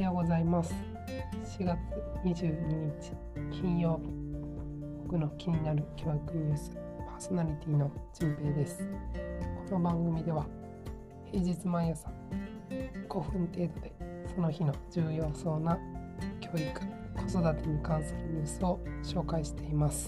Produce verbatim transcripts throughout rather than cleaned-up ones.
ようございます。しがつにじゅうににち金曜日、僕の気になる教育ニュースパーソナリティのじんぺいです。この番組では平日毎朝ごふん程度でその日の重要そうな教育、子育てに関するニュースを紹介しています。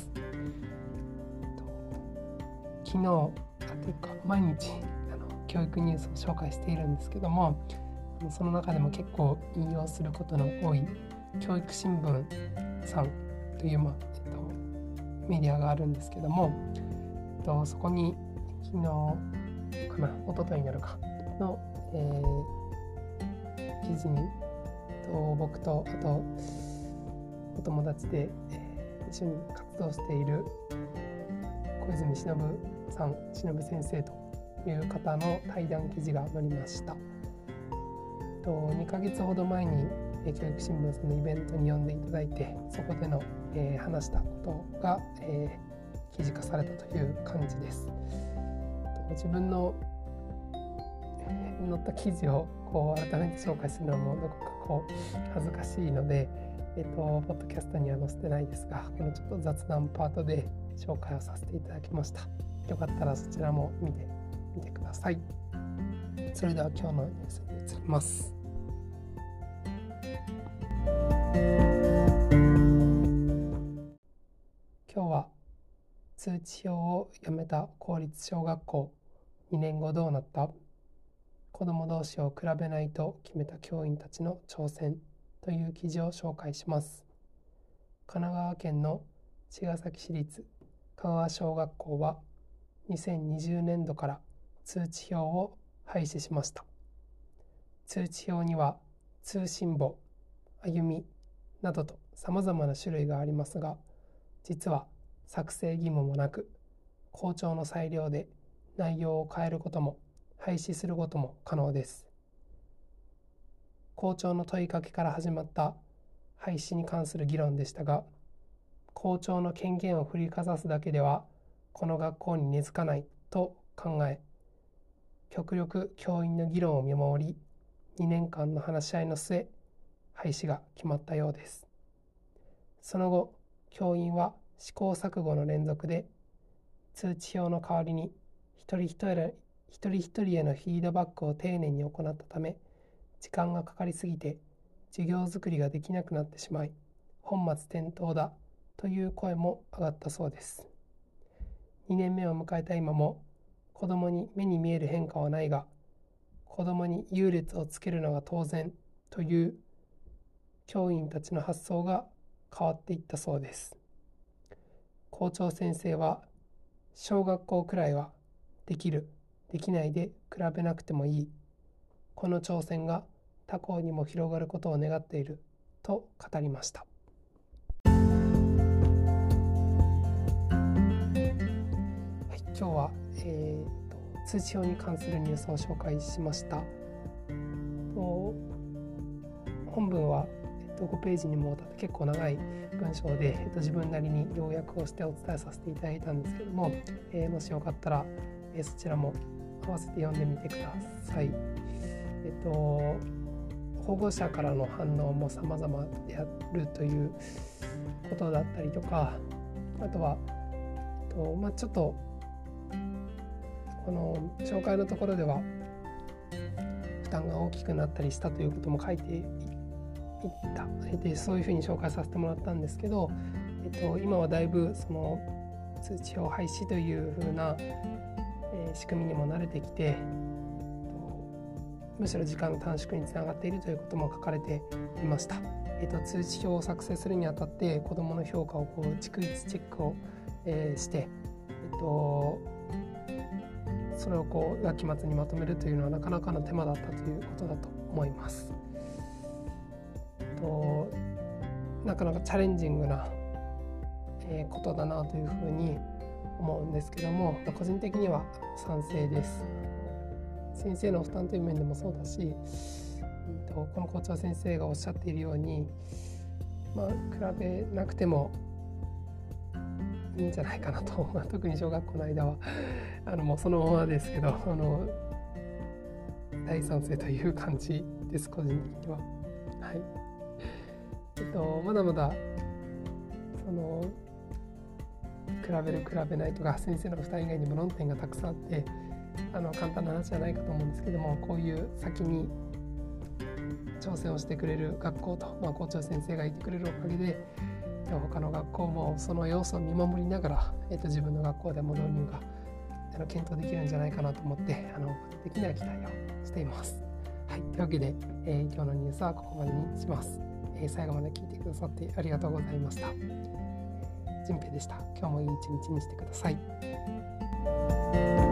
昨日というか毎日あの教育ニュースを紹介しているんですけども、その中でも結構引用することの多い教育新聞さんという、まあえっと、メディアがあるんですけども、えっと、そこに昨日かな一昨日になるかの、えー、記事に、えっと、僕とあとお友達で、えー、一緒に活動している小泉忍さん忍先生という方の対談記事が載りました。にかげつほど前に教育新聞さんのイベントに呼んでいただいて、そこでの、えー、話したことが、えー、記事化されたという感じです。自分の、えー、載った記事をこう改めて紹介するのもどこかこう恥ずかしいので、えーと、ポッドキャストには載せてないですが、このちょっと雑談パートで紹介をさせていただきました。よかったらそちらも見てみてください。それでは今日のニュースに移ります。今日は通知表をやめた公立小学校にねんごどうなった？子ども同士を比べないと決めた教員たちの挑戦という記事を紹介します。神奈川県の茅ヶ崎市立香川小学校はにせんにじゅうねんどから通知表を廃止しました。通知表には通信簿、歩みなどと様々な種類がありますが、実は作成義務もなく、校長の裁量で内容を変えることも廃止することも可能です。校長の問いかけから始まった廃止に関する議論でしたが、校長の権限を振りかざすだけではこの学校に根付かないと考え、極力教員の議論を見守り、にねんかんの話し合いの末、廃止が決まったようです。その後、教員は試行錯誤の連続で、通知表の代わりに一人一人一人一人へのフィードバックを丁寧に行ったため、時間がかかりすぎて授業作りができなくなってしまい、本末転倒だという声も上がったそうです。にねんめを迎えた今も、子どもに目に見える変化はないが、子どもに優劣をつけるのが当然という教員たちの発想が変わっていったそうです。校長先生は、小学校くらいはできる、できないで比べなくてもいい。この挑戦が他校にも広がることを願っていると語りました。はい、今日は、えーと、通知表に関するニュースを紹介しました。と本文はごページにもわたって結構長い文章で、えっと、自分なりに要約をしてお伝えさせていただいたんですけども、えー、もしよかったら、えー、そちらも合わせて読んでみてください。えっと、保護者からの反応も様々であるということだったりとか、あとは、えっとまあ、ちょっとこの紹介のところでは負担が大きくなったりしたということも書いていいったで、そういうふうに紹介させてもらったんですけど、えっと、今はだいぶその通知表廃止というふうな、えー、仕組みにも慣れてきて、えっと、むしろ時間の短縮につながっているということも書かれていました。えっと、通知表を作成するにあたって子どもの評価をこう逐一チェックを、えー、して、えっと、それをこう学期末にまとめるというのはなかなかの手間だったということだと思います。となかなかチャレンジングな、えー、ことだなというふうに思うんですけども、個人的には賛成です。先生の負担という面でもそうだし、うん、とこの校長先生がおっしゃっているように、まあ、比べなくてもいいんじゃないかなと特に小学校の間はあのもうそのままですけど、あの大賛成という感じです、個人的には。はい。えっとまだまだその比べる比べないとか先生の負担以外にも論点がたくさんあって、あの簡単な話じゃないかと思うんですけども、こういう先に挑戦をしてくれる学校と、まあ、校長先生がいてくれるおかげで、他の学校もその様子を見守りながら、えっと、自分の学校でも導入があの検討できるんじゃないかなと思って、あの的な期待をしています。はい、というわけで、えー、今日のニュースはここまでにします。えー、最後まで聞いてくださってありがとうございました。じんぺいでした。今日もいい一日にしてください。